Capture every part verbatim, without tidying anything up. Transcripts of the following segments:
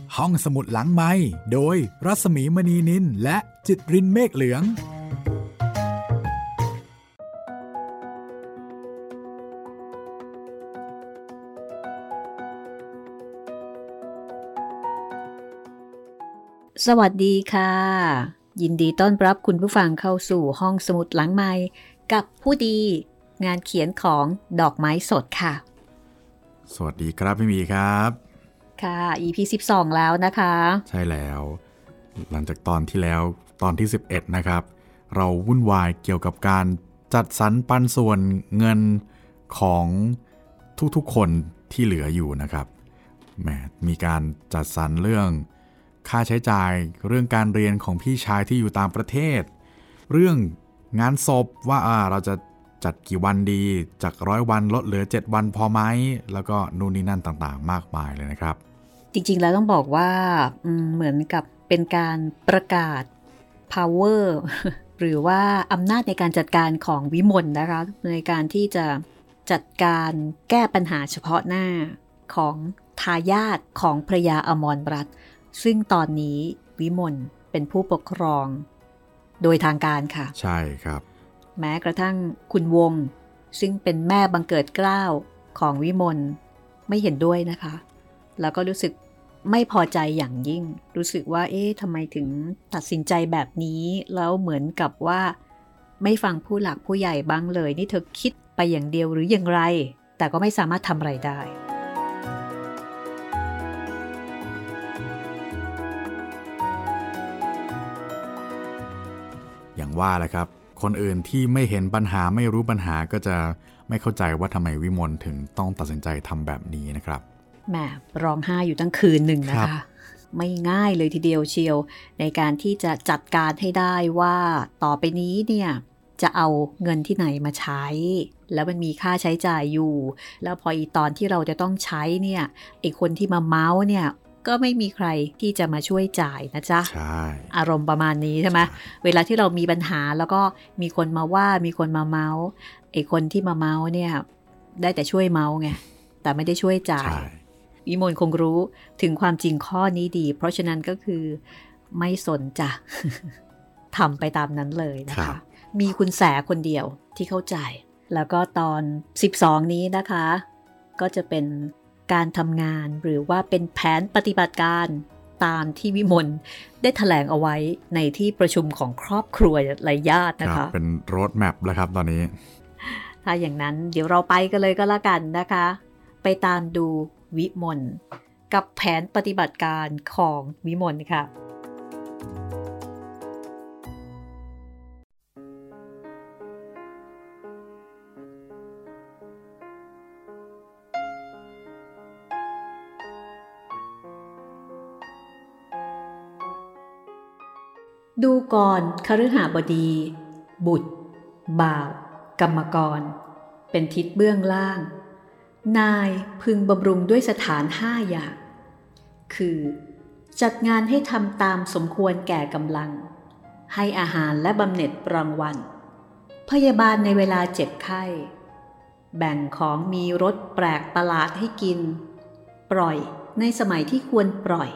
ห้องสมุดหลังไมค์โดยรัศมีมณีนินและจิตรินเมฆเหลืองสวัสดีค่ะยินดีต้อนรับคุณผู้ฟังเข้าสู่ห้องสมุดหลังไมค์กับผู้ดีงานเขียนของดอกไม้สดค่ะสวัสดีครับพี่มีครับค่ะ อี พี สิบสองแล้วนะคะใช่แล้วหลังจากตอนที่แล้วตอนที่สิบเอ็ดนะครับเราวุ่นวายเกี่ยวกับการจัดสรรปันส่วนเงินของทุกๆคนที่เหลืออยู่นะครับแหมมีการจัดสรรเรื่องค่าใช้จ่ายเรื่องการเรียนของพี่ชายที่อยู่ต่างประเทศเรื่องงานศพว่าอ่าเราจะจัดกี่วันดีจากร้อยวันลดเหลือเจ็ดวันพอไหมแล้วก็นู่นนี่นั่นต่างๆมากมายเลยนะครับจริงๆแล้วต้องบอกว่าเหมือนกับเป็นการประกาศ power หรือว่าอำนาจในการจัดการของวิมลนะคะในการที่จะจัดการแก้ปัญหาเฉพาะหน้าของทายาทของพระยาอมรรัตน์ซึ่งตอนนี้วิมลเป็นผู้ปกครองโดยทางการค่ะใช่ครับแม้กระทั่งคุณวงซึ่งเป็นแม่บังเกิดเกล้าของวิมลไม่เห็นด้วยนะคะแล้วก็รู้สึกไม่พอใจอย่างยิ่งรู้สึกว่าเอ๊ะทำไมถึงตัดสินใจแบบนี้แล้วเหมือนกับว่าไม่ฟังผู้หลักผู้ใหญ่บ้างเลยนี่เธอคิดไปอย่างเดียวหรืออย่างไรแต่ก็ไม่สามารถทำอะไรได้อย่างว่าแหละครับคนอื่นที่ไม่เห็นปัญหาไม่รู้ปัญหาก็จะไม่เข้าใจว่าทำไมวิมลถึงต้องตัดสินใจทำแบบนี้นะครับแหมร้องไห้อยู่ตั้งคืนหนึ่งนะคะไม่ง่ายเลยทีเดียวเชียวในการที่จะจัดการให้ได้ว่าต่อไปนี้เนี่ยจะเอาเงินที่ไหนมาใช้แล้วมันมีค่าใช้จ่ายอยู่แล้วพออีตอนที่เราจะต้องใช้เนี่ยไอ้คนที่มาเมาส์เนี่ยก็ไม่มีใครที่จะมาช่วยจ่ายนะจ๊ะใช่อารมณ์ประมาณนี้ใช่ไหมเวลาที่เรามีปัญหาแล้วก็มีคนมาว่ามีคนมาเมาส์ไอ้คนที่มาเมาส์เนี่ยได้แต่ช่วยเมาส์ไงแต่ไม่ได้ช่วยจ่ายวิมลคงรู้ถึงความจริงข้อนี้ดีเพราะฉะนั้นก็คือไม่สนจ้ะ ทำไปตามนั้นเลยนะคะมีคุณแสคนเดียวที่เข้าใจแล้วก็ตอนสิบสองนี้นะคะก็จะเป็นการทำงานหรือว่าเป็นแผนปฏิบัติการตามที่วิมลได้แถลงเอาไว้ในที่ประชุมของครอบครัวและญาตินะคะเป็นโรดแมปแล้วครับตอนนี้ถ้าอย่างนั้นเดี๋ยวเราไปกันเลยก็แล้วกันนะคะไปตามดูวิมลกับแผนปฏิบัติการของวิมลค่ะดูก่อนคฤหบดีบุตรบ่าวกรรมกรเป็นทิศเบื้องล่างนายพึงบำรุงด้วยสถานห้าอย่างคือจัดงานให้ทำตามสมควรแก่กำลังให้อาหารและบำเหน็จรางวัลพยาบาลในเวลาเจ็บไข้แบ่งของมีรสแปลกประหลาดให้กินปล่อยในสมัยที่ควรปล่อย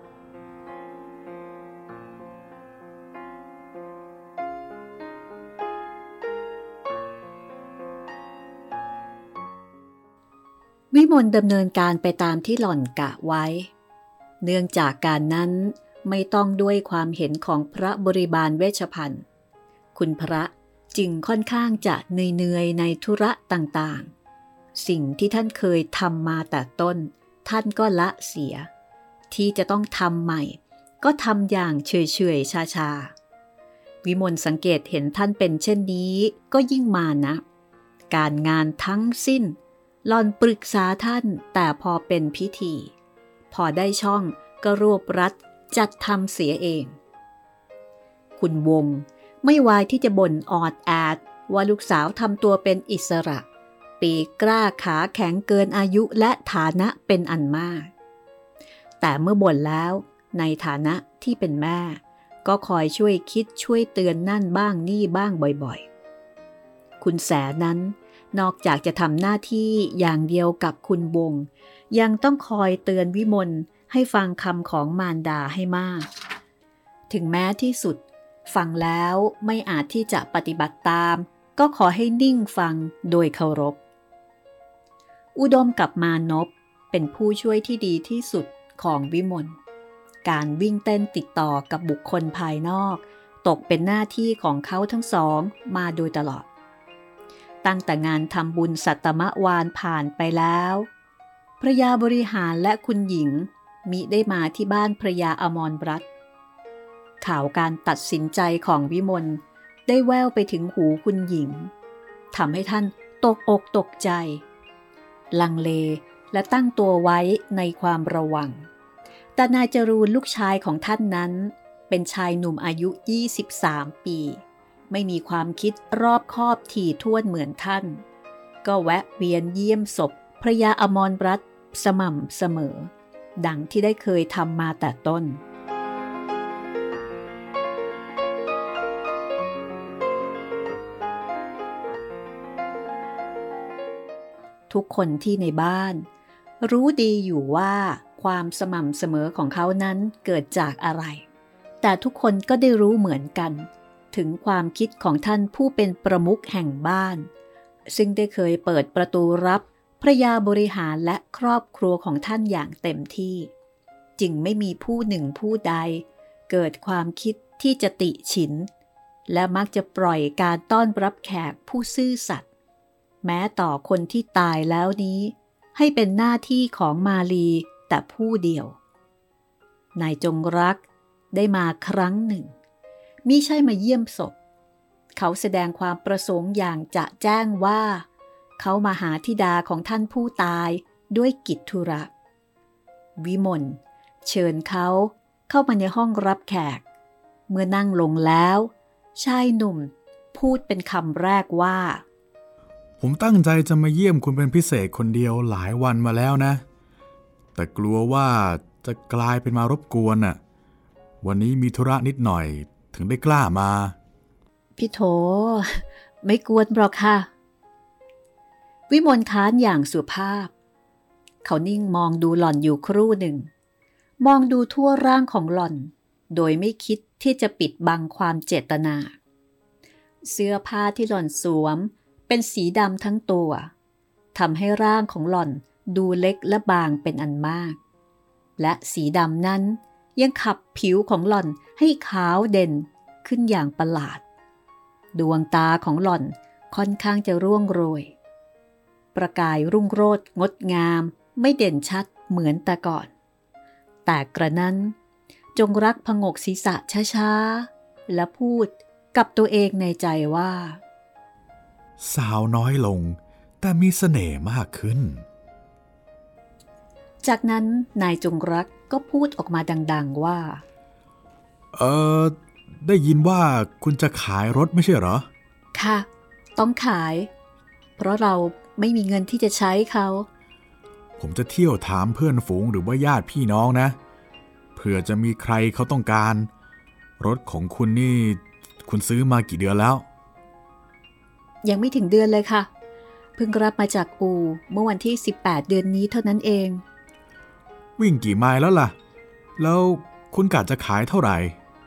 วิมลดำเนินการไปตามที่หล่อนกะไว้เนื่องจากการนั้นไม่ต้องด้วยความเห็นของพระบริบาลเวชภัณฑ์คุณพระจึงค่อนข้างจะเหนื่อยๆในธุระต่างๆสิ่งที่ท่านเคยทำมาแต่ต้นท่านก็ละเสียที่จะต้องทำใหม่ก็ทำอย่างเฉยๆชาๆวิมลสังเกตเห็นท่านเป็นเช่นนี้ก็ยิ่งมานะการงานทั้งสิ้นหล่อนปรึกษาท่านแต่พอเป็นพิธีพอได้ช่องก็รวบรัดจัดทำเสียเองคุณวงไม่วายที่จะบ่นออดแอดว่าลูกสาวทำตัวเป็นอิสระปีกกล้าขาแข็งเกินอายุและฐานะเป็นอันมากแต่เมื่อบ่นแล้วในฐานะที่เป็นแม่ก็คอยช่วยคิดช่วยเตือนนั่นบ้างนี่บ้างบ่อยๆคุณแสนั้นนอกจากจะทำหน้าที่อย่างเดียวกับคุณวงยังต้องคอยเตือนวิมลให้ฟังคำของมารดาให้มากถึงแม้ที่สุดฟังแล้วไม่อาจที่จะปฏิบัติตามก็ขอให้นิ่งฟังโดยเคารพอุดมกับมานพเป็นผู้ช่วยที่ดีที่สุดของวิมลการวิ่งเต้นติดต่อกับบุคคลภายนอกตกเป็นหน้าที่ของเขาทั้งสองมาโดยตลอดตั้งแต่งานทำบุญสัตมวานผ่านไปแล้วพระยาบริหารและคุณหญิงมิได้มาที่บ้านพระยาอมรรัตน์ข่าวการตัดสินใจของวิมลได้แว่วไปถึงหูคุณหญิงทำให้ท่านตกอกตกใจลังเลและตั้งตัวไว้ในความระวังแต่นายจรูนลูกชายของท่านนั้นเป็นชายหนุ่มอายุยี่สิบสามปีไม่มีความคิดรอบคอบถี่ถ้วนเหมือนท่านก็แวะเวียนเยี่ยมศพพระยาอมรรัตน์สม่ำเสมอดังที่ได้เคยทำมาแต่ต้นทุกคนที่ในบ้านรู้ดีอยู่ว่าความสม่ำเสมอของเขานั้นเกิดจากอะไรแต่ทุกคนก็ได้รู้เหมือนกันถึงความคิดของท่านผู้เป็นประมุขแห่งบ้านซึ่งได้เคยเปิดประตูรับพระยาบริหารและครอบครัวของท่านอย่างเต็มที่จึงไม่มีผู้หนึ่งผู้ใดเกิดความคิดที่จะติฉินและมักจะปล่อยการต้อนรับแขกผู้ซื่อสัตย์แม้ต่อคนที่ตายแล้วนี้ให้เป็นหน้าที่ของมาลีแต่ผู้เดียวนายจงรักได้มาครั้งหนึ่งมิใช่มาเยี่ยมศพเขาแสดงความประสงค์อย่างจะแจ้งว่าเขามาหาธิดาของท่านผู้ตายด้วยกิจธุระวิมลเชิญเขาเข้ามาในห้องรับแขกเมื่อนั่งลงแล้วชายหนุ่มพูดเป็นคำแรกว่าผมตั้งใจจะมาเยี่ยมคุณเป็นพิเศษคนเดียวหลายวันมาแล้วนะแต่กลัวว่าจะกลายเป็นมารบกวนน่ะวันนี้มีธุระนิดหน่อยถึงได้กล้ามาพี่โถไม่กวนหรอกค่ะวิมลค้านอย่างสุภาพเขานิ่งมองดูหล่อนอยู่ครู่หนึ่งมองดูทั่วร่างของหล่อนโดยไม่คิดที่จะปิดบังความเจตนาเสื้อผ้าที่หล่อนสวมเป็นสีดำทั้งตัวทำให้ร่างของหล่อนดูเล็กและบางเป็นอันมากและสีดำนั้นยังขับผิวของหล่อนให้ขาวเด่นขึ้นอย่างประหลาดดวงตาของหล่อนค่อนข้างจะร่วงโรยประกายรุ่งโรจน์งดงามไม่เด่นชัดเหมือนแต่ก่อนแต่กระนั้นจงรักผงกศีรษะช้าๆและพูดกับตัวเองในใจว่าสาวน้อยลงแต่มีเสน่ห์มากขึ้นจากนั้นนายจงรักก็พูดออกมาดังๆว่าเออได้ยินว่าคุณจะขายรถไม่ใช่เหรอค่ะต้องขายเพราะเราไม่มีเงินที่จะใช้เขาผมจะเที่ยวถามเพื่อนฝูงหรือว่าญาติพี่น้องนะเผื่อจะมีใครเขาต้องการรถของคุณนี่คุณซื้อมากี่เดือนแล้วยังไม่ถึงเดือนเลยค่ะเพิ่งรับมาจากอู่เมื่อวันที่สิบแปดเดือนนี้เท่านั้นเองวิ่งกี่ไมล์แล้วล่ะแล้วคุณกะจะขายเท่าไหร่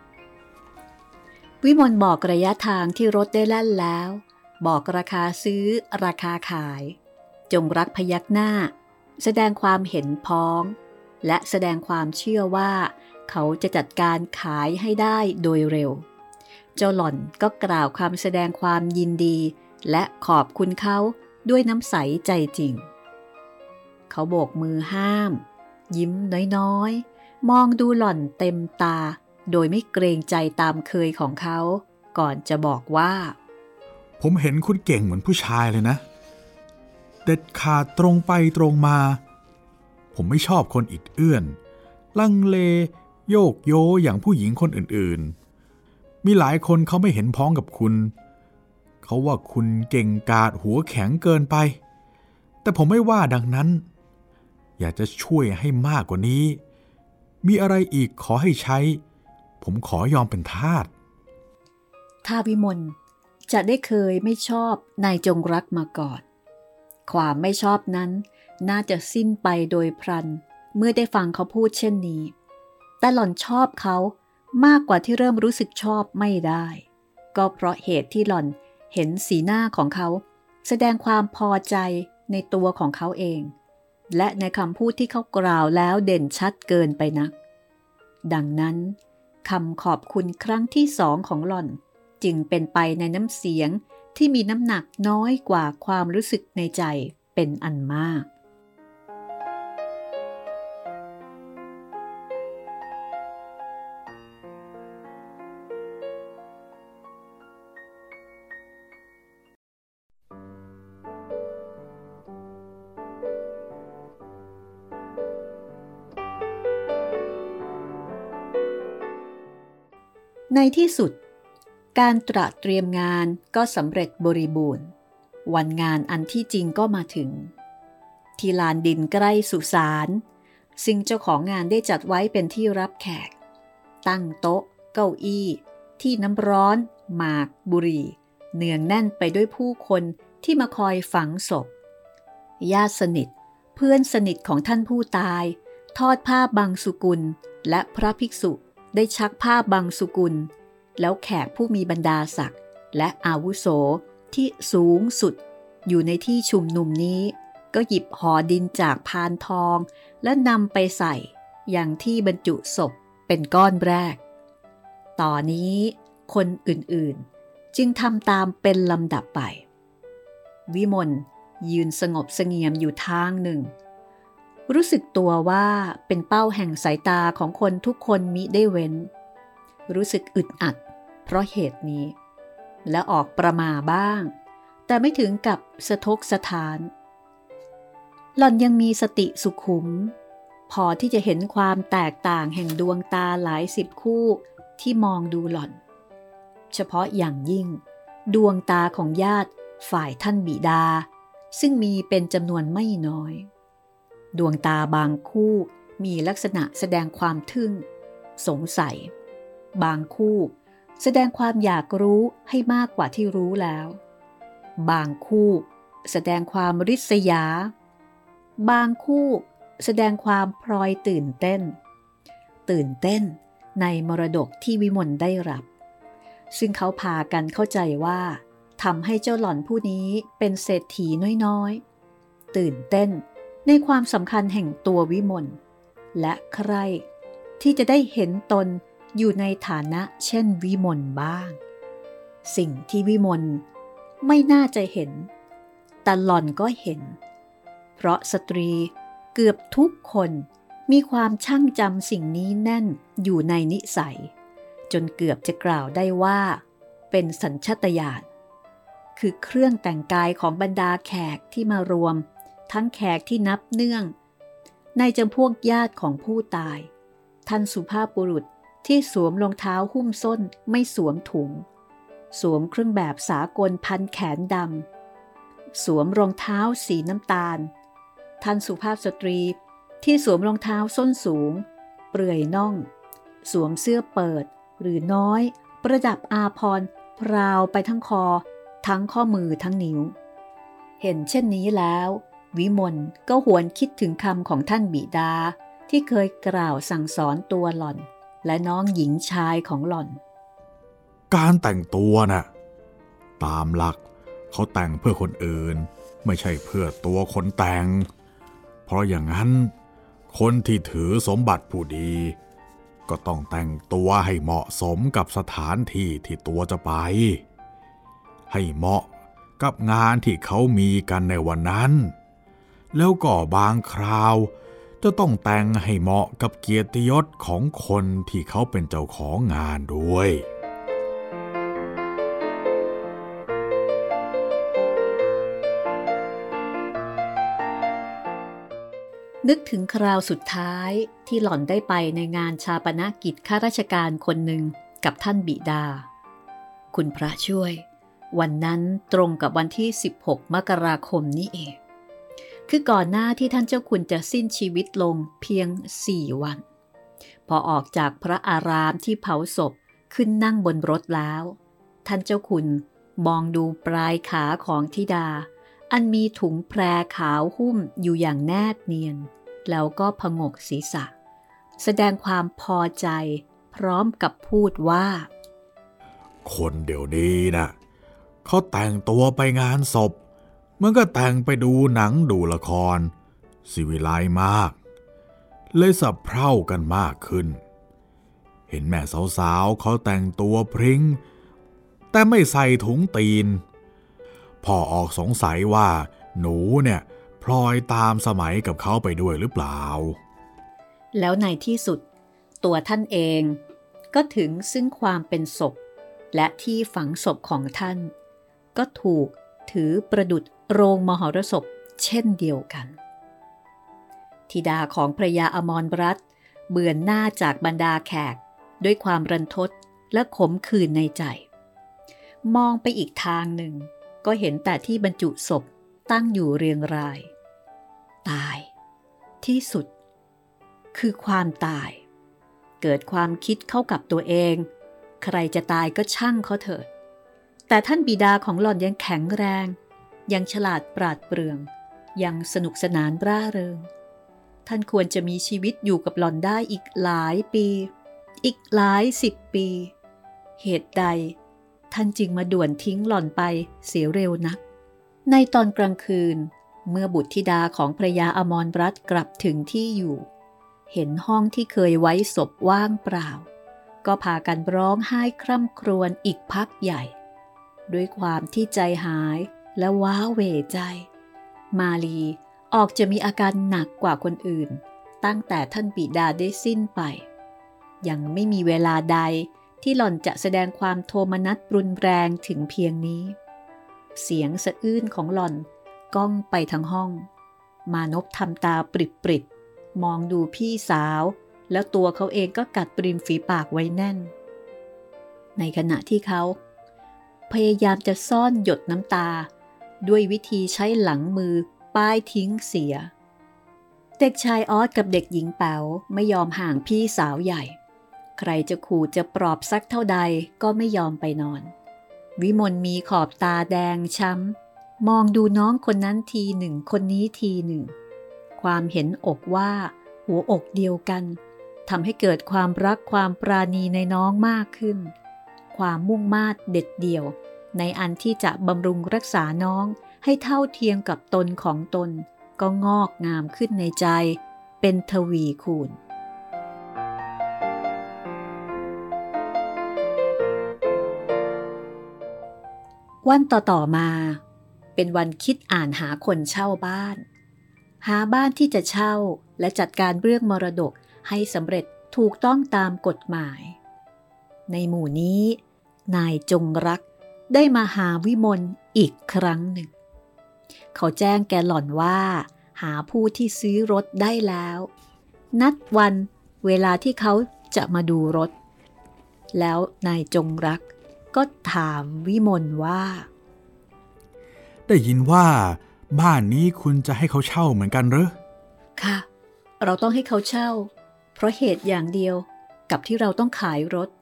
วิมลบอกระยะทางที่รถได้แล่นแล้วบอกราคาซื้อราคาขายจงรักพยักหน้าแสดงความเห็นพ้องและแสดงความเชื่อว่าเขาจะจัดการขายให้ได้โดยเร็วเจ้าหล่อนก็กล่าวคำแสดงความยินดีและขอบคุณเขาด้วยน้ำใสใจจริงเขาโบกมือห้ามยิ้มน้อยๆมองดูหล่อนเต็มตาโดยไม่เกรงใจตามเคยของเขาก่อนจะบอกว่าผมเห็นคุณเก่งเหมือนผู้ชายเลยนะเด็ดขาดตรงไปตรงมาผมไม่ชอบคนอิดเอื้อนลังเลโยกโยอย่างผู้หญิงคนอื่นๆมีหลายคนเขาไม่เห็นพ้องกับคุณเขาว่าคุณเก่งกาจหัวแข็งเกินไปแต่ผมไม่ว่าดังนั้นอยากจะช่วยให้มากกว่านี้มีอะไรอีกขอให้ใช้ผมขอยอมเป็นทาสถ้าวิมลจะได้เคยไม่ชอบนายจงรักมาก่อนความไม่ชอบนั้นน่าจะสิ้นไปโดยพลันเมื่อได้ฟังเขาพูดเช่นนี้แต่หล่อนชอบเขามากกว่าที่เริ่มรู้สึกชอบไม่ได้ก็เพราะเหตุที่หล่อนเห็นสีหน้าของเขาแสดงความพอใจในตัวของเขาเองและในคำพูดที่เขากล่าวแล้วเด่นชัดเกินไปนักดังนั้นคำขอบคุณครั้งที่สองของหล่อนจึงเป็นไปในน้ำเสียงที่มีน้ำหนักน้อยกว่าความรู้สึกในใจเป็นอันมากในที่สุดการตระเตรียมงานก็สำเร็จบริบูรณ์วันงานอันที่จริงก็มาถึงที่ลานดินใกล้สุสานซึ่งเจ้าของงานได้จัดไว้เป็นที่รับแขกตั้งโต๊ะเก้าอี้ที่น้ำร้อนหมากบุหรี่เนืองแน่นไปด้วยผู้คนที่มาคอยฝังศพญาติสนิทเพื่อนสนิทของท่านผู้ตายทอดผ้าบังสุกุลและพระภิกษุได้ชักผ้าบังสุกุลแล้วแขกผู้มีบรรดาศักดิ์และอาวุโสที่สูงสุดอยู่ในที่ชุมนุมนี้ก็หยิบห่อดินจากพานทองและนำไปใส่อย่างที่บรรจุศพเป็นก้อนแรกต่อนนี้คนอื่นๆจึงทำตามเป็นลำดับไปวิมลยืนสงบเสงี่ยมอยู่ทางหนึ่งรู้สึกตัวว่าเป็นเป้าแห่งสายตาของคนทุกคนมิได้เว้นรู้สึกอึดอัดเพราะเหตุนี้และออกประมาบ้างแต่ไม่ถึงกับสะทกสะท้านหล่อนยังมีสติสุขุมพอที่จะเห็นความแตกต่างแห่งดวงตาหลายสิบคู่ที่มองดูหล่อนเฉพาะอย่างยิ่งดวงตาของญาติฝ่ายท่านบิดาซึ่งมีเป็นจำนวนไม่น้อยดวงตาบางคู่มีลักษณะแสดงความทึ่งสงสัยบางคู่แสดงความอยากรู้ให้มากกว่าที่รู้แล้วบางคู่แสดงความริษยาบางคู่แสดงความพลอยตื่นเต้นตื่นเต้นในมรดกที่วิมลได้รับซึ่งเขาพากันเข้าใจว่าทำให้เจ้าหล่อนผู้นี้เป็นเศรษฐีน้อยๆตื่นเต้นในความสำคัญแห่งตัววิมลและใครที่จะได้เห็นตนอยู่ในฐานะเช่นวิมลบ้างสิ่งที่วิมลไม่น่าจะเห็นแต่หล่อนก็เห็นเพราะสตรีเกือบทุกคนมีความช่างจำสิ่งนี้แน่นอยู่ในนิสัยจนเกือบจะกล่าวได้ว่าเป็นสัญชาตญาณคือเครื่องแต่งกายของบรรดาแขกที่มารวมทั้งแขกที่นับเนื่องในจำพวกญาติของผู้ตายท่านสุภาพบุรุษที่สวมรองเท้าหุ้มส้นไม่สวมถุงสวมเครื่องแบบสากลพันแขนดำสวมรองเท้าสีน้ำตาลท่านสุภาพสตรีที่สวมรองเท้าส้นสูงเปลื่อยน่องสวมเสื้อเปิดหรือน้อยประดับอาภรณ์พราวไปทั้งคอทั้งข้อมือทั้งนิ้วเห็นเช่นนี้แล้ววิมลก็หวนคิดถึงคำของท่านบิดาที่เคยกล่าวสั่งสอนตัวหล่อนและน้องหญิงชายของหล่อนการแต่งตัวน่ะตามหลักเขาแต่งเพื่อคนอื่นไม่ใช่เพื่อตัวคนแต่งเพราะอย่างนั้นคนที่ถือสมบัติผู้ดีก็ต้องแต่งตัวให้เหมาะสมกับสถานที่ที่ตัวจะไปให้เหมาะกับงานที่เขามีกันในวันนั้นแล้วก็บางคราวจะต้องแต่งให้เหมาะกับเกียรติยศของคนที่เขาเป็นเจ้าของงานด้วยนึกถึงคราวสุดท้ายที่หล่อนได้ไปในงานชาปนกิจข้าราชการคนหนึ่งกับท่านบิดาคุณพระช่วยวันนั้นตรงกับวันที่สิบหกมกราคมนี้เองคือก่อนหน้าที่ท่านเจ้าคุณจะสิ้นชีวิตลงเพียงสี่วันพอออกจากพระอารามที่เผาศพขึ้นนั่งบนรถแล้วท่านเจ้าคุณมองดูปลายขาของธิดาอันมีถุงแพรขาวหุ้มอยู่อย่างแนบเนียนแล้วก็ผงกศีรษะแสดงความพอใจพร้อมกับพูดว่าคนเดี๋ยวนี้นะเขาแต่งตัวไปงานศพเหมือนก็แต่งไปดูหนังดูละครสิวิไลซ์มากเลยสะเพร่ากันมากขึ้นเห็นแม่สาวๆเขาแต่งตัวพริ้งแต่ไม่ใส่ถุงตีนพ่อออกสงสัยว่าหนูเนี่ยพลอยตามสมัยกับเขาไปด้วยหรือเปล่าแล้วในที่สุดตัวท่านเองก็ถึงซึ่งความเป็นศพและที่ฝังศพของท่านก็ถูกถือประดุจโรงมหรสพเช่นเดียวกันธิดาของพระยาอมรรัตน์เบือนหน้าจากบรรดาแขกด้วยความรันทดและขมขื่นในใจมองไปอีกทางหนึ่งก็เห็นแต่ที่บรรจุศพตั้งอยู่เรียงรายตายที่สุดคือความตายเกิดความคิดเข้ากับตัวเองใครจะตายก็ช่างเขาเถิดแต่ท่านบิดาของหล่อนยังแข็งแรงยังฉลาดปราดเปรื่องยังสนุกสนานร่าเริงท่านควรจะมีชีวิตอยู่กับหล่อนได้อีกหลายปีอีกหลายสิบปีเหตุใดท่านจึงมาด่วนทิ้งหล่อนไปเสียเร็วนักในตอนกลางคืนเมื่อบุตรธิดาของพระยาอมรรัตน์กลับถึงที่อยู่เห็นห้องที่เคยไว้ศพว่างเปล่าก็พากันร้องไห้คร่ำครวญอีกพักใหญ่ด้วยความที่ใจหายและว้าเหวใจมาลีออกจะมีอาการหนักกว่าคนอื่นตั้งแต่ท่านบิดาได้สิ้นไปยังไม่มีเวลาใดที่หล่อนจะแสดงความโทมนัสรุนแรงถึงเพียงนี้เสียงสะอื้นของหล่อนก้องไปทั้งห้องมานพทำตาปริบๆมองดูพี่สาวแล้วตัวเขาเองก็กัดปริมฝีปากไว้แน่นในขณะที่เขาพยายามจะซ่อนหยดน้ำตาด้วยวิธีใช้หลังมือป้ายทิ้งเสียเด็กชายออสกับเด็กหญิงแป๋วไม่ยอมห่างพี่สาวใหญ่ใครจะขู่จะปลอบสักเท่าใดก็ไม่ยอมไปนอนวิมลมีขอบตาแดงช้ำมองดูน้องคนนั้นทีหนึ่งคนนี้ทีหนึ่งความเห็นอกว่าหัวอกเดียวกันทำให้เกิดความรักความปราณีในน้องมากขึ้นความมุ่งมา่เด็ดเดี่ยวในอันที่จะบำรุงรักษาน้องให้เท่าเทียมกับตนของตนก็งอกงามขึ้นในใจเป็นทวีคูณวันต่อๆมาเป็นวันคิดอ่านหาคนเช่าบ้านหาบ้านที่จะเช่าและจัดการเรื่องมรดกให้สำเร็จถูกต้องตามกฎหมายในหมู่นี้นายจงรักได้มาหาวิมลอีกครั้งหนึ่งเขาแจ้งแกหล่อนว่าหาผู้ที่ซื้อรถได้แล้วนัดวันเวลาที่เขาจะมาดูรถแล้วนายจงรักก็ถามวิมลว่าได้ยินว่าบ้านนี้คุณจะให้เขาเช่าเหมือนกันหรือค่ะเราต้องให้เขาเช่าเพราะเหตุอย่างเดียวกับที่เราต้องขายรถ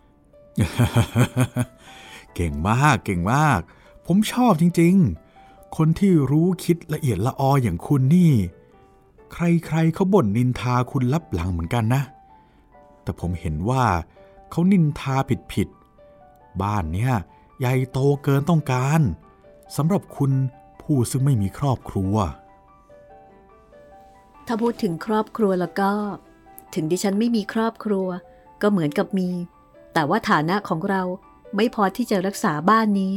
เก่งมากเก่งมากผมชอบจริงๆคนที่รู้คิดละเอียดละอออย่างคุณนี่ใครๆเขาบ่นนินทาคุณลับหลังเหมือนกันนะแต่ผมเห็นว่าเขานินทาผิดๆบ้านเนี้ยใหญ่โตเกินต้องการสำหรับคุณผู้ซึ่งไม่มีครอบครัวถ้าพูดถึงครอบครัวแล้วก็ถึงดิฉันไม่มีครอบครัวก็เหมือนกับมีแต่ว่าฐานะของเราไม่พอที่จะรักษาบ้านนี้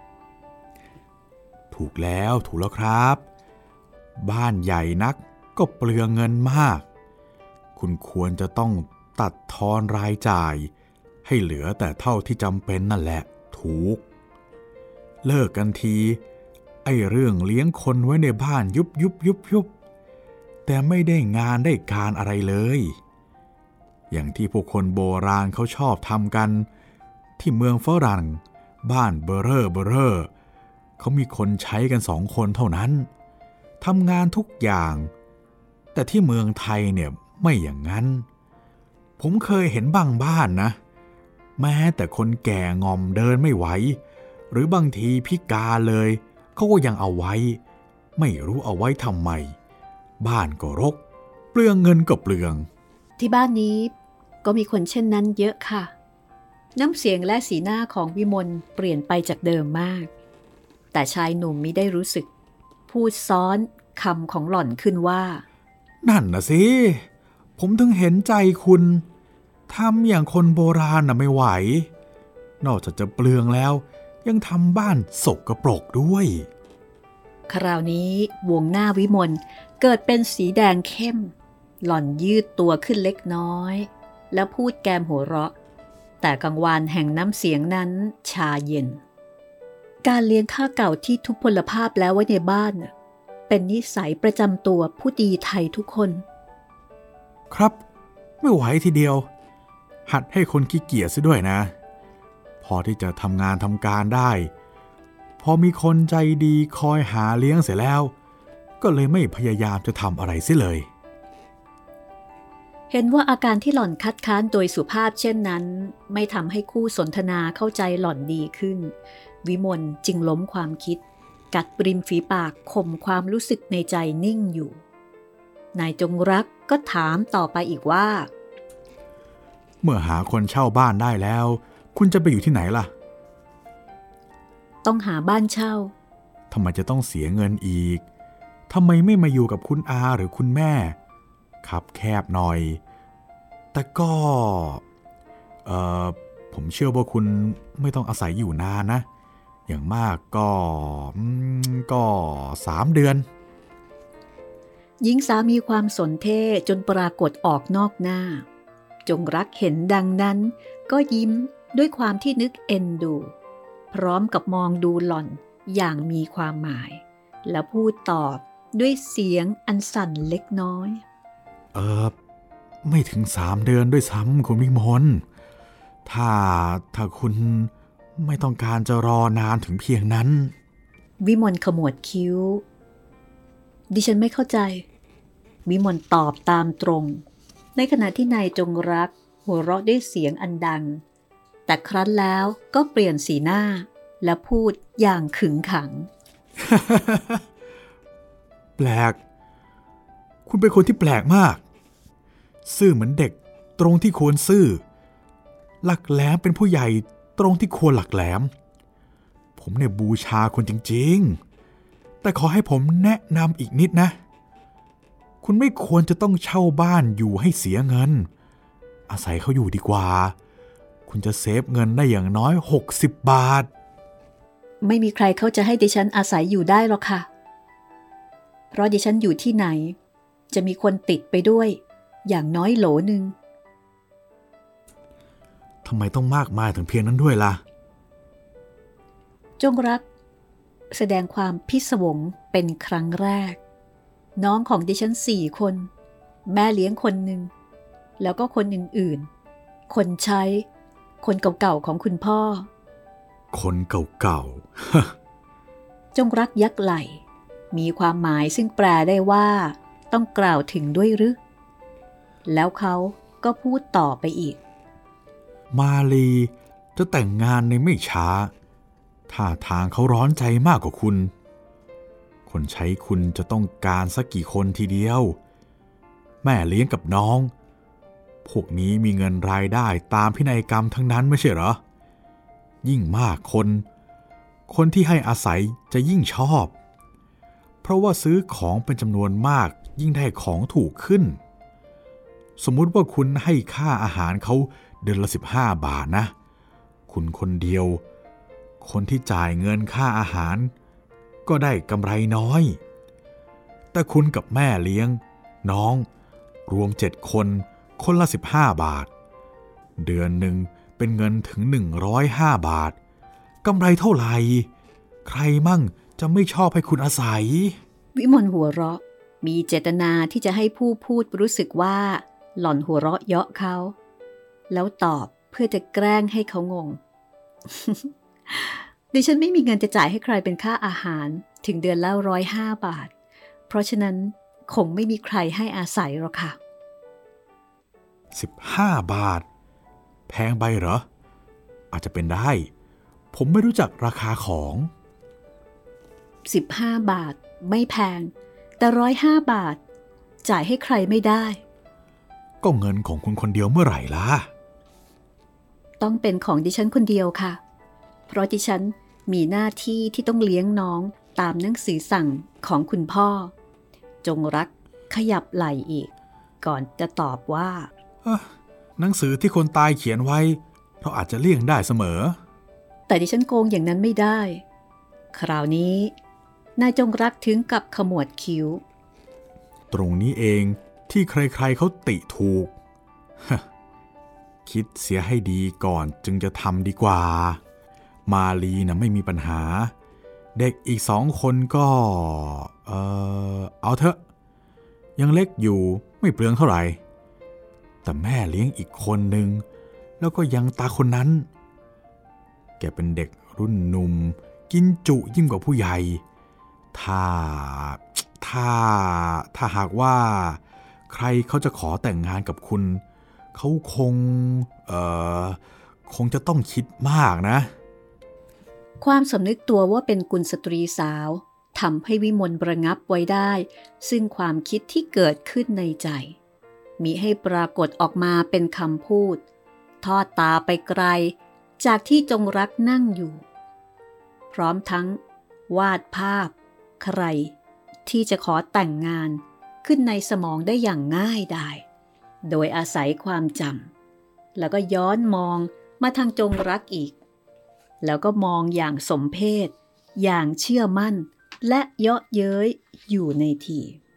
ถูกแล้วถูกแล้วครับบ้านใหญ่นักก็เปลืองเงินมากคุณควรจะต้องตัดทอนรายจ่ายให้เหลือแต่เท่าที่จำเป็นนั่นแหละถูกเลิกกันทีไอ้เรื่องเลี้ยงคนไว้ในบ้านยุบยุบยุบยุบแต่ไม่ได้งานได้การอะไรเลยอย่างที่พวกคนโบราณเขาชอบทำกันที่เมืองฝรั่งบ้านเบอเร่อเบอเร่อเขามีคนใช้กันสองคนเท่านั้นทำงานทุกอย่างแต่ที่เมืองไทยเนี่ยไม่อย่างนั้นผมเคยเห็นบางบ้านนะแม้แต่คนแก่งอมเดินไม่ไหวหรือบางทีพิการเลยเขาก็ยังเอาไว้ไม่รู้เอาไว้ทำไมบ้านก็รกเปลืองเงินก็เปลืองที่บ้านนี้ก็มีคนเช่นนั้นเยอะค่ะน้ำเสียงและสีหน้าของวิมลเปลี่ยนไปจากเดิมมากแต่ชายหนุ่มมิได้รู้สึกพูดซ้อนคำของหล่อนขึ้นว่านั่นนะสิผมถึงเห็นใจคุณทำอย่างคนโบราณน่ะไม่ไหวนอกจากจะเปลืองแล้วยังทำบ้านสกปรกด้วยคราวนี้วงหน้าวิมลเกิดเป็นสีแดงเข้มหล่อนยืดตัวขึ้นเล็กน้อยแล้วพูดแกมหัวเราะแต่กังวานแห่งน้ำเสียงนั้นชาเย็นการเลี้ยงข้าเก่าที่ทุพพลภาพแล้วไว้ในบ้านเป็นนิสัยประจำตัวผู้ดีไทยทุกคนครับไม่ไหวทีเดียวหัดให้คนขี้เกียจซะด้วยนะพอที่จะทำงานทำการได้พอมีคนใจดีคอยหาเลี้ยงเสร็จแล้วก็เลยไม่พยายามจะทำอะไรเสียเลยเห็นว่าอาการที่หล่อนคัดค้านโดยสุภาพเช่นนั้นไม่ทำให้คู่สนทนาเข้าใจหล่อนดีขึ้นวิมลจึงล้มความคิดกัดริมฝีปากข่มความรู้สึกในใจนิ่งอยู่นายจงรักก็ถามต่อไปอีกว่าเมื่อหาคนเช่าบ้านได้แล้วคุณจะไปอยู่ที่ไหนล่ะต้องหาบ้านเช่าทำไมจะต้องเสียเงินอีกทำไมไม่มาอยู่กับคุณอาหรือคุณแม่คับแคบหน่อยแต่ก็เอ่อผมเชื่อว่าคุณไม่ต้องอาศัยอยู่นานนะอย่างมากก็ก็สามเดือนหญิงสาวมีความสนเท่จนปรากฏออกนอกหน้าจงรักเห็นดังนั้นก็ยิ้มด้วยความที่นึกเอ็นดูพร้อมกับมองดูหล่อนอย่างมีความหมายแล้วพูดตอบด้วยเสียงอันสั่นเล็กน้อยเออไม่ถึงสามเดือนด้วยซ้ำคุณวิมลถ้าถ้าคุณไม่ต้องการจะรอนานถึงเพียงนั้นวิมลขมวดคิ้วดิฉันไม่เข้าใจวิมลตอบตามตรงในขณะที่นายจงรักหัวเราะด้วยเสียงอันดังแต่ครั้นแล้วก็เปลี่ยนสีหน้าและพูดอย่างขึงขังแปลกคุณเป็นคนที่แปลกมากซื่อเหมือนเด็กตรงที่ควรซื่อหลักแหลมเป็นผู้ใหญ่ตรงที่ควรหลักแหลมผมเนี่ยบูชาคุณจริงๆแต่ขอให้ผมแนะนำอีกนิดนะคุณไม่ควรจะต้องเช่าบ้านอยู่ให้เสียเงินอาศัยเขาอยู่ดีกว่าคุณจะเซฟเงินได้อย่างน้อยหกสิบบาทไม่มีใครเขาจะให้ดิฉันอาศัยอยู่ได้หรอกค่ะเพราะดิฉันอยู่ที่ไหนจะมีคนติดไปด้วยอย่างน้อยโหลนึงทำไมต้องมากมายถึงเพียงนั้นด้วยล่ะจงรักแสดงความพิศวงเป็นครั้งแรกน้องของดิฉันสี่คนแม่เลี้ยงคนหนึ่งแล้วก็คนอื่นๆคนใช้คนเก่าๆของคุณพ่อคนเก่าๆ จงรักยักไหล่มีความหมายซึ่งแปลได้ว่าต้องกล่าวถึงด้วยหรือแล้วเขาก็พูดต่อไปอีกมาลีจะแต่งงานในไม่ช้าท่าทางเขาร้อนใจมากกว่าคุณคนใช้คุณจะต้องการสักกี่คนทีเดียวแม่เลี้ยงกับน้องพวกนี้มีเงินรายได้ตามพินัยกรรมทั้งนั้นไม่ใช่เหรอยิ่งมากคนคนที่ให้อาศัยจะยิ่งชอบเพราะว่าซื้อของเป็นจำนวนมากยิ่งได้ของถูกขึ้นสมมุติว่าคุณให้ค่าอาหารเขาเดือนละสิบห้าบาทนะคุณคนเดียวคนที่จ่ายเงินค่าอาหารก็ได้กำไรน้อยแต่คุณกับแม่เลี้ยงน้องรวมเจ็ดคนคนละสิบห้าบาทเดือนหนึ่งเป็นเงินถึงหนึ่งร้อยห้าบาทกำไรเท่าไหร่ใครมั่งจะไม่ชอบให้คุณอาศัยวิมลหัวเราะมีเจตนาที่จะให้ผู้พูดรู้สึกว่าหล่อนหัวเราะเยาะเขาแล้วตอบเพื่อจะแกล้งให้เขางง ดิฉันไม่มีเงินจะจ่ายให้ใครเป็นค่าอาหารถึงเดือนละร้อยห้าบาทเพราะฉะนั้นคงไม่มีใครให้อาศัยหรอกค่ะสิบห้าบาทแพงไปเหรออาจจะเป็นได้ผมไม่รู้จักราคาของสิบห้าบาทไม่แพงแต่ร้อยห้าบาทจ่ายให้ใครไม่ได้ก็เงินของคุณคนเดียวเมื่อไหร่ล่ะต้องเป็นของดิฉันคนเดียวค่ะเพราะดิฉันมีหน้าที่ที่ต้องเลี้ยงน้องตามหนังสือสั่งของคุณพ่อจงรักขยับไหล่อีกก่อนจะตอบว่าหนังสือที่คนตายเขียนไว้เราอาจจะเลี่ยงได้เสมอแต่ดิฉันโกงอย่างนั้นไม่ได้คราวนี้นายจงรักถึงกับขมวดคิ้วตรงนี้เองที่ใครๆเขาติถูกคิดเสียให้ดีก่อนจึงจะทำดีกว่ามาลีนะไม่มีปัญหาเด็กอีกสองคนก็เออเอาเถอะยังเล็กอยู่ไม่เปลืองเท่าไหร่แต่แม่เลี้ยงอีกคนหนึ่งแล้วก็ยังตาคนนั้นแกเป็นเด็กรุ่นหนุ่มกินจุยิ่งกว่าผู้ใหญ่ถ้าถ้าถ้าหากว่าใครเขาจะขอแต่งงานกับคุณเขาคงเอ่อคงจะต้องคิดมากนะความสำนึกตัวว่าเป็นกุลสตรีสาวทำให้วิมลระงับไว้ได้ซึ่งความคิดที่เกิดขึ้นในใจมิให้ปรากฏออกมาเป็นคำพูดทอดตาไปไกลจากที่จงรักนั่งอยู่พร้อมทั้งวาดภาพใครที่จะขอแต่งงานขึ้นในสมองได้อย่างง่ายดายโดยอาศัยความจำแล้วก็ย้อนมองมาทางจงรักอีกแล้วก็มองอย่างสมเพชอย่างเชื่อมั่นและเยาะเย้ยอยู่ในที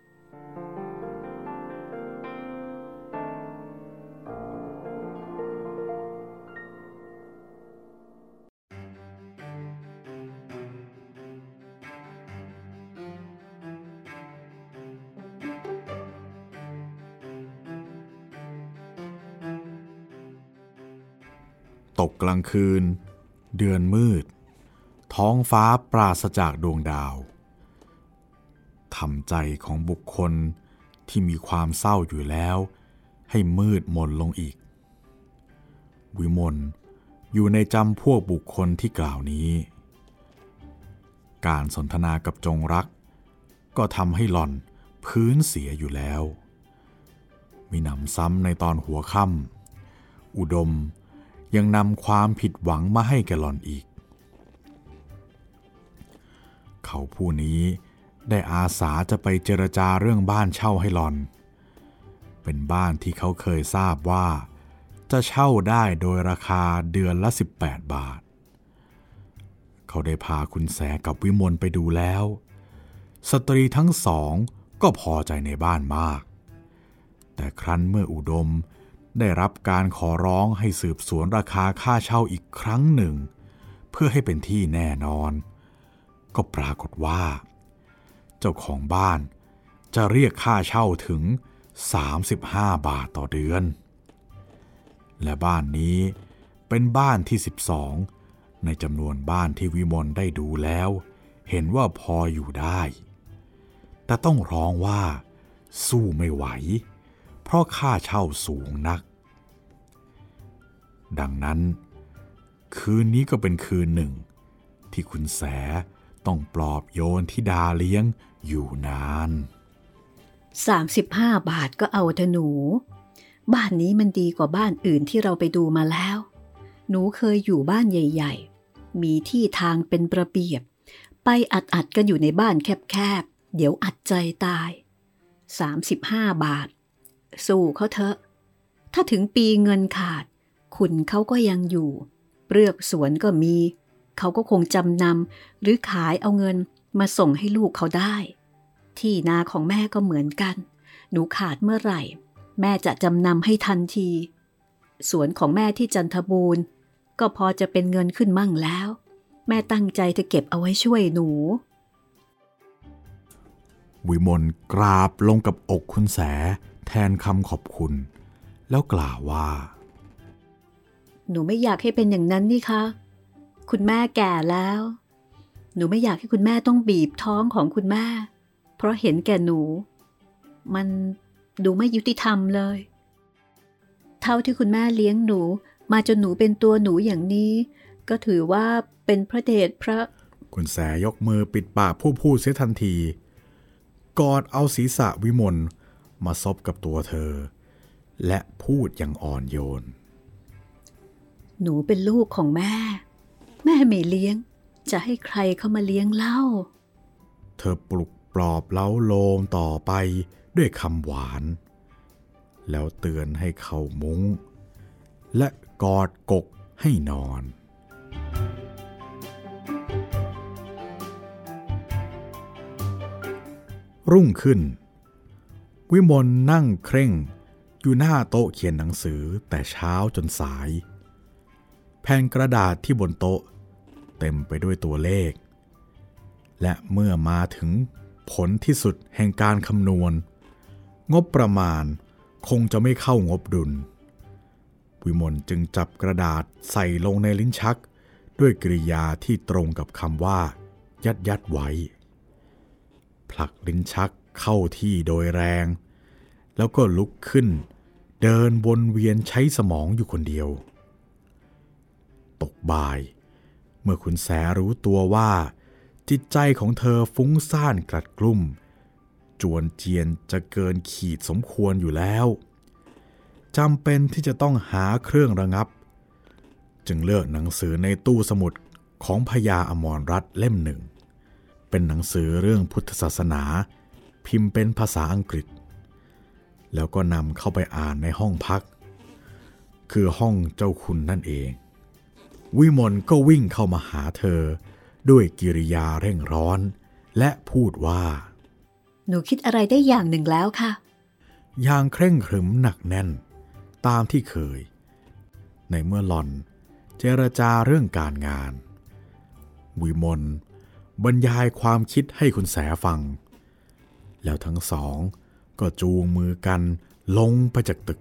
ตกกลางคืนเดือนมืดท้องฟ้าปราศจากดวงดาวทำใจของบุคคลที่มีความเศร้าอยู่แล้วให้มืดมนลงอีกวิมลอยู่ในจำพวกบุคคลที่กล่าวนี้การสนทนากับจงรักก็ทำให้หล่อนพื้นเสียอยู่แล้วมีหนำซ้ำในตอนหัวค่ำอุดมยังนำความผิดหวังมาให้แกหล่อนอีกเขาผู้นี้ได้อาสาจะไปเจรจาเรื่องบ้านเช่าให้หล่อนเป็นบ้านที่เขาเคยทราบว่าจะเช่าได้โดยราคาเดือนละสิบแปดบาทเขาได้พาคุณแสกับวิมลไปดูแล้วสตรีทั้งสองก็พอใจในบ้านมากแต่ครั้นเมื่ออุดมได้รับการขอร้องให้สืบสวนราคาค่าเช่าอีกครั้งหนึ่งเพื่อให้เป็นที่แน่นอนก็ปรากฏว่าเจ้าของบ้านจะเรียกค่าเช่าถึงสามสิบห้าบาทต่อเดือนและบ้านนี้เป็นบ้านที่สิบสองในจำนวนบ้านที่วิมลได้ดูแล้วเห็นว่าพออยู่ได้แต่ต้องร้องว่าสู้ไม่ไหวเพราะค่าเช่าสูงนักดังนั้นคืนนี้ก็เป็นคืนหนึ่งที่คุณแสต้องปลอบโยนธิดาเลี้ยงอยู่นานสามสิบห้าบาทก็เอาเถอะหนูบ้านนี้มันดีกว่าบ้านอื่นที่เราไปดูมาแล้วหนูเคยอยู่บ้านใหญ่ๆมีที่ทางเป็นระเบียบไปอัดๆกันอยู่ในบ้านแคบๆเดี๋ยวอัดใจตายสามสิบห้าบาทสู้เขาเถอะถ้าถึงปีเงินขาดคุณเขาก็ยังอยู่เปลือกสวนก็มีเขาก็คงจำนำหรือขายเอาเงินมาส่งให้ลูกเขาได้ที่นาของแม่ก็เหมือนกันหนูขาดเมื่อไหร่แม่จะจำนำให้ทันทีสวนของแม่ที่จันทบูรณ์ก็พอจะเป็นเงินขึ้นมั่งแล้วแม่ตั้งใจจะเก็บเอาไว้ช่วยหนูวิมลกราบลงกับอกคุณแสแทนคำขอบคุณแล้วกล่าวว่าหนูไม่อยากให้เป็นอย่างนั้นนี่คะคุณแม่แก่แล้วหนูไม่อยากให้คุณแม่ต้องบีบท้องของคุณแม่เพราะเห็นแก่หนูมันดูไม่ยุติธรรมเลยเท่าที่คุณแม่เลี้ยงหนูมาจนหนูเป็นตัวหนูอย่างนี้ก็ถือว่าเป็นพระเดชพระคุณแสยกมือปิดปากผู้พูดเสียทันทีกอดเอาศีรษะวิมลมาซบกับตัวเธอและพูดอย่างอ่อนโยนหนูเป็นลูกของแม่แม่ไม่เลี้ยงจะให้ใครเข้ามาเลี้ยงเล่าเธอปลุกปลอบเล้าโลมต่อไปด้วยคำหวานแล้วเตือนให้เข้ามุ้งและกอดกกให้นอนรุ่งขึ้นวิมลนั่งเคร่งอยู่หน้าโต๊ะเขียนหนังสือแต่เช้าจนสายแผ่นกระดาษที่บนโต๊ะเต็มไปด้วยตัวเลขและเมื่อมาถึงผลที่สุดแห่งการคำนวณงบประมาณคงจะไม่เข้างบดุลวิมลจึงจับกระดาษใส่ลงในลิ้นชักด้วยกริยาที่ตรงกับคำว่ายัดยัดไว้ผลักลิ้นชักเข้าที่โดยแรงแล้วก็ลุกขึ้นเดินวนเวียนใช้สมองอยู่คนเดียวตกบ่ายเมื่อคุณแสรู้ตัวว่าจิตใจของเธอฟุ้งซ่านกลัดกลุ้มจวนเจียนจะเกินขีดสมควรอยู่แล้วจำเป็นที่จะต้องหาเครื่องระงับจึงเลือกหนังสือในตู้สมุดของพญาอมรรัตน์เล่มหนึ่งเป็นหนังสือเรื่องพุทธศาสนาพิมพ์เป็นภาษาอังกฤษแล้วก็นำเข้าไปอ่านในห้องพักคือห้องเจ้าคุณนั่นเองวิมลก็วิ่งเข้ามาหาเธอด้วยกิริยาเร่งร้อนและพูดว่าหนูคิดอะไรได้อย่างหนึ่งแล้วค่ะอย่างเคร่งขรึมหนักแน่นตามที่เคยในเมื่อหล่อนเจรจาเรื่องการงานวิมลบรรยายความคิดให้คุณแสฟังแล้วทั้งสองก็จูงมือกันลงไปจากตึก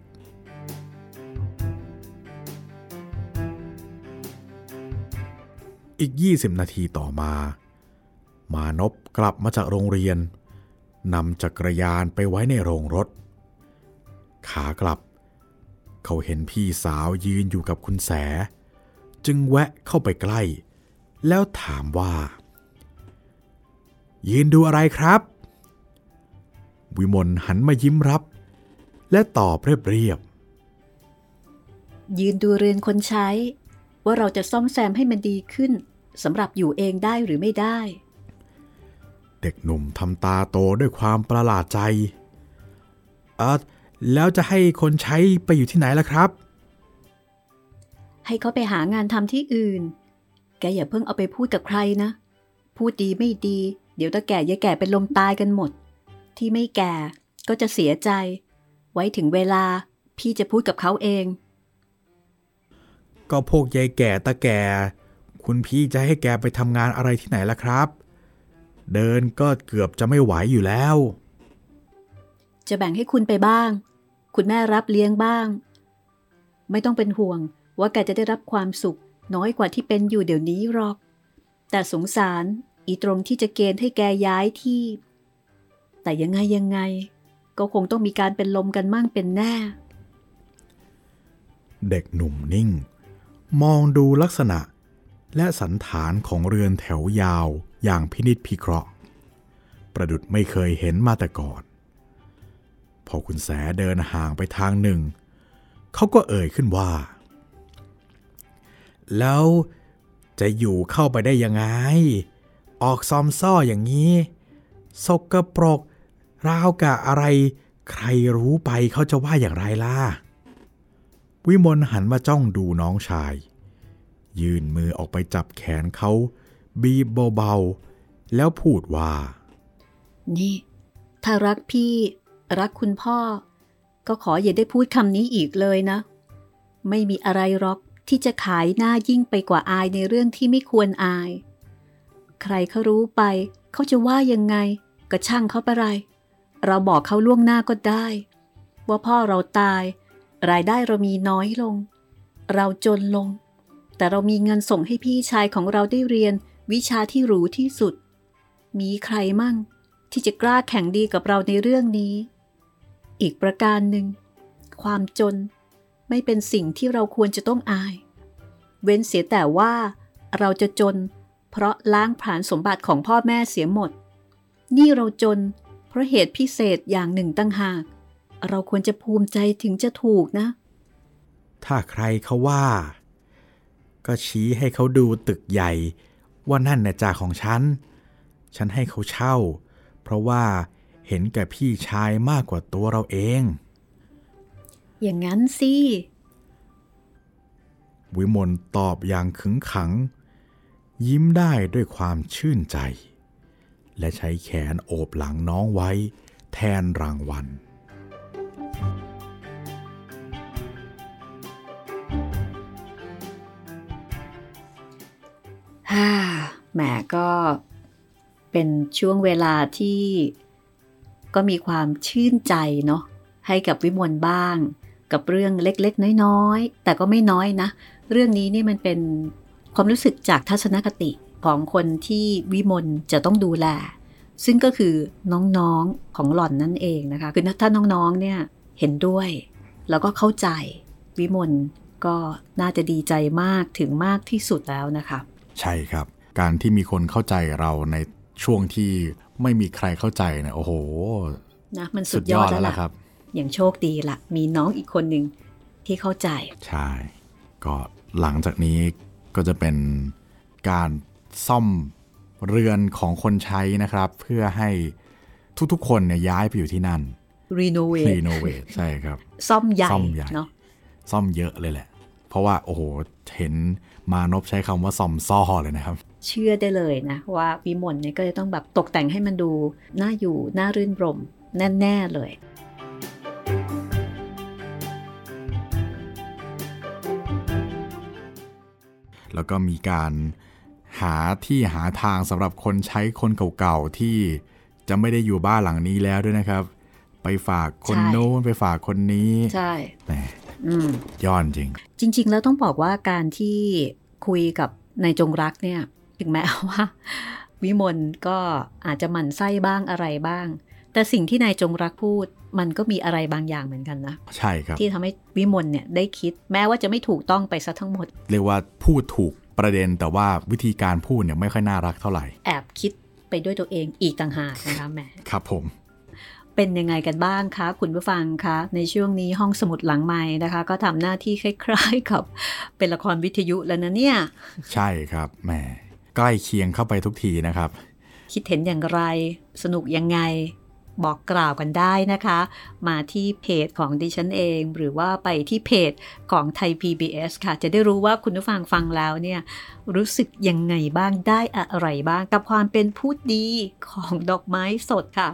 อีกยี่สิบนาทีต่อมามานพกลับมาจากโรงเรียนนำจักรยานไปไว้ในโรงรถขากลับเขาเห็นพี่สาวยืนอยู่กับคุณแสจึงแวะเข้าไปใกล้แล้วถามว่ายืนดูอะไรครับวิมลหันมายิ้มรับและตอบเรียบๆยืนดูเรือนคนใช้ว่าเราจะซ่อมแซมให้มันดีขึ้นสำหรับอยู่เองได้หรือไม่ได้เด็กหนุ่มทำตาโตด้วยความประหลาดใจเออแล้วจะให้คนใช้ไปอยู่ที่ไหนล่ะครับให้เขาไปหางานทำที่อื่นแกอย่าเพิ่งเอาไปพูดกับใครนะพูดดีไม่ดีเดี๋ยวตาแก่ยายแก่เป็นลมตายกันหมดที่ไม่แก่ก็จะเสียใจไว้ถึงเวลาพี่จะพูดกับเขาเองก็พวกยายแก่ตาแก่คุณพี่จะให้แกไปทำงานอะไรที่ไหนล่ะครับเดินก็เกือบจะไม่ไหวอยู่แล้วจะแบ่งให้คุณไปบ้างคุณแม่รับเลี้ยงบ้างไม่ต้องเป็นห่วงว่าแกจะได้รับความสุขน้อยกว่าที่เป็นอยู่เดี๋ยวนี้หรอกแต่สงสารอีตรงที่จะเกณฑ์ให้แกย้ายที่แต่ยังไงยังไงก็คงต้องมีการเป็นลมกันมั่งเป็นแน่เด็กหนุ่มนิ่งมองดูลักษณะและสันฐานของเรือนแถวยาวอย่างพินิจพิเคราะห์ประดุจไม่เคยเห็นมาแต่ก่อนพอคุณแสเดินห่างไปทางหนึ่งเขาก็เอ่ยขึ้นว่าแล้วจะอยู่เข้าไปได้ยังไงออกซอมซ่ออย่างนี้สกปรกราวกะอะไรใครรู้ไปเขาจะว่าอย่างไรล่ะวิมลหันมาจ้องดูน้องชายยื่นมือออกไปจับแขนเขาบีบเบาๆแล้วพูดว่านี่ถ้ารักพี่รักคุณพ่อก็ขออย่าได้พูดคำนี้อีกเลยนะไม่มีอะไรหรอกที่จะขายหน้ายิ่งไปกว่าอายในเรื่องที่ไม่ควรอายใครเขารู้ไปเขาจะว่ายังไงก็ช่างเขาไปไรเราบอกเขาล่วงหน้าก็ได้ว่าพ่อเราตายรายได้เรามีน้อยลงเราจนลงแต่เรามีเงินส่งให้พี่ชายของเราได้เรียนวิชาที่หรูที่สุดมีใครมั่งที่จะกล้าแข่งดีกับเราในเรื่องนี้อีกประการหนึ่งความจนไม่เป็นสิ่งที่เราควรจะต้องอายเว้นเสียแต่ว่าเราจะจนเพราะล้างผลาญสมบัติของพ่อแม่เสียหมดนี่เราจนเพราะเหตุพิเศษอย่างหนึ่งต่างหากเราควรจะภูมิใจถึงจะถูกนะถ้าใครเขาว่าก็ชี้ให้เขาดูตึกใหญ่ว่านั่นน่ะจ่าของฉันฉันให้เขาเช่าเพราะว่าเห็นแก่พี่ชายมากกว่าตัวเราเองอย่างนั้นสิวิมลตอบอย่างขึงขังยิ้มได้ด้วยความชื่นใจและใช้แขนโอบหลังน้องไว้แทนรางวัลฮ่าแหมก็เป็นช่วงเวลาที่ก็มีความชื่นใจเนาะให้กับวิมลบ้างกับเรื่องเล็กๆน้อยๆแต่ก็ไม่น้อยนะเรื่องนี้นี่มันเป็นความรู้สึกจากทัศนคติของคนที่วิมลจะต้องดูแลซึ่งก็คือน้องๆของหล่อนนั่นเองนะคะคือถ้าน้องๆเนี่ยเห็นด้วยแล้วก็เข้าใจวิมลก็น่าจะดีใจมากถึงมากที่สุดแล้วนะคะใช่ครับการที่มีคนเข้าใจเราในช่วงที่ไม่มีใครเข้าใจเนี่ยโอ้โหนะมันสุดยอดแล้วล่ะครับอย่างโชคดีล่ะมีน้องอีกคนหนึ่งที่เข้าใจใช่ก็หลังจากนี้ก็จะเป็นการซ่อมเรือนของคนใช้นะครับเพื่อให้ทุกๆคนเนี่ยย้ายไปอยู่ที่นั่น renovate renovate ใช่ครับซ่อมใหญ่เนาะซ่อมเยอะเลยแหละเพราะว่าโอ้โหเห็นมานพใช้คำว่าซ่อมซ่อเลยนะครับเชื่อได้เลยนะว่าวิมลเนี่ยก็จะต้องแบบตกแต่งให้มันดูน่าอยู่น่ารื่นรมแน่ๆเลยแล้วก็มีการหาที่หาทางสำหรับคนใช้คนเก่าๆที่จะไม่ได้อยู่บ้านหลังนี้แล้วด้วยนะครับไปฝากคนโน้นไปฝากคนนี้ใช่แหมย้อนจริงจริงๆแล้วต้องบอกว่าการที่คุยกับนายจงรักเนี่ยถึงแม้ว่าวิมลก็อาจจะหมั่นไส้บ้างอะไรบ้างแต่สิ่งที่นายจงรักพูดมันก็มีอะไรบางอย่างเหมือนกันนะใช่ครับที่ทำให้วิมลเนี่ยได้คิดแม้ว่าจะไม่ถูกต้องไปซะทั้งหมดเรียกว่าพูดถูกประเด็นแต่ว่าวิธีการพูดเนี่ยไม่ค่อยน่ารักเท่าไหร่แอบคิดไปด้วยตัวเองอีกต่างหากนะคะแหมครับผมเป็นยังไงกันบ้างคะคุณผู้ฟังคะในช่วงนี้ห้องสมุดหลังไมค์นะคะก็ทำหน้าที่คล้ายๆกับเป็นละครวิทยุแล้วนะเนี่ยใช่ครับแหมใกล้เคียงเข้าไปทุกทีนะครับคิดเห็นอย่างไรสนุกยังไงบอกกล่าวกันได้นะคะมาที่เพจของดิฉันเองหรือว่าไปที่เพจของไทย พี บี เอส ค่ะจะได้รู้ว่าคุณผู้ฟังฟังแล้วเนี่ยรู้สึกยังไงบ้างได้อะไรบ้างกับความเป็นผู้ดีของดอกไม้สดค่ะ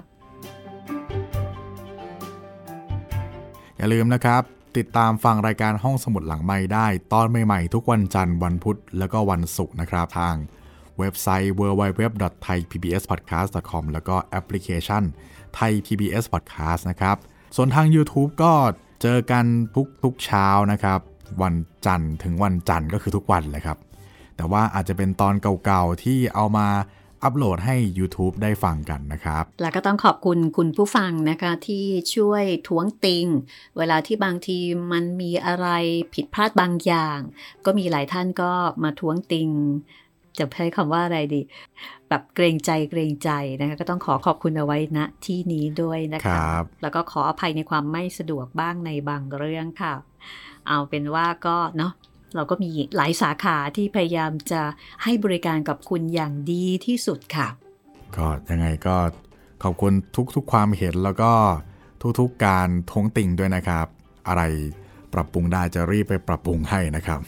อย่าลืมนะครับติดตามฟังรายการห้องสมุดหลังไมค์ได้ตอนใหม่ๆทุกวันจันทร์วันพุธแล้วก็วันศุกร์นะครับทางเว็บไซต์ ดับเบิลยู ดับเบิลยู ดับเบิลยู ดอท ไทย พี บี เอส พอดแคสต์ ดอท คอม แล้วก็แอปพลิเคชัน Thai พี บี เอส Podcast นะครับส่วนทาง YouTube ก็เจอกันทุกทุกเช้านะครับวันจันทร์ถึงวันจันทร์ก็คือทุกวันเลยครับแต่ว่าอาจจะเป็นตอนเก่าๆที่เอามาอัปโหลดให้ YouTube ได้ฟังกันนะครับแล้วก็ต้องขอบคุณคุณผู้ฟังนะคะที่ช่วยท้วงติงเวลาที่บางทีมันมีอะไรผิดพลาดบางอย่างก็มีหลายท่านก็มาท้วงติงจะใช้คำว่าอะไรดีแบบเกรงใจเกรงใจนะคะก็ต้องขอขอบคุณเอาไว้ณที่นี้ด้วยนะคะแล้วก็ขออภัยในความไม่สะดวกบ้างในบางเรื่องค่ะเอาเป็นว่าก็เนาะเราก็มีหลายสาขาที่พยายามจะให้บริการกับคุณอย่างดีที่สุดค่ะก็ยังไงก็ขอบคุณทุกๆความเห็นแล้วก็ทุกๆการท้วงติ่งด้วยนะครับอะไรปรับปรุงได้จะรีบไปปรับปรุงให้นะครับ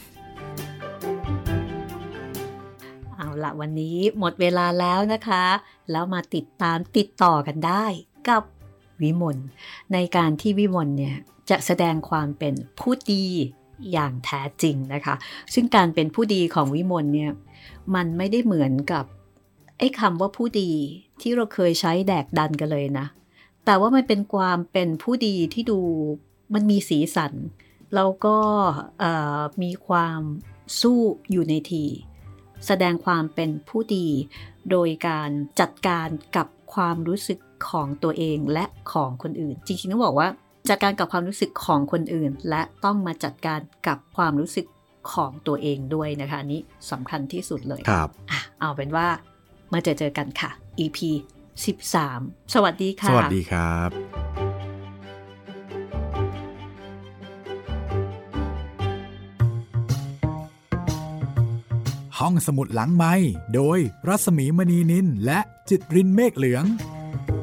เอาละวันนี้หมดเวลาแล้วนะคะแล้วมาติดตามติดต่อกันได้กับวิมลในการที่วิมลเนี่ยจะแสดงความเป็นผู้ดีอย่างแท้จริงนะคะซึ่งการเป็นผู้ดีของวิมลเนี่ยมันไม่ได้เหมือนกับไอ้คำว่าผู้ดีที่เราเคยใช้แดกดันกันเลยนะแต่ว่ามันเป็นความเป็นผู้ดีที่ดูมันมีสีสันแล้วก็มีความสู้อยู่ในทีแสดงความเป็นผู้ดีโดยการจัดการกับความรู้สึกของตัวเองและของคนอื่นจริงๆต้องบอกว่าจัดการกับความรู้สึกของคนอื่นและต้องมาจัดการกับความรู้สึกของตัวเองด้วยนะคะอันนี้สำคัญที่สุดเลยครับอ่ะเอาเป็นว่ามาเจอเจอกันค่ะ อี พี สิบสามสวัสดีค่ะสวัสดีครับห้องสมุดหลังไมค์โดยรัศมีมณีนินและจิตรินเมฆเหลือง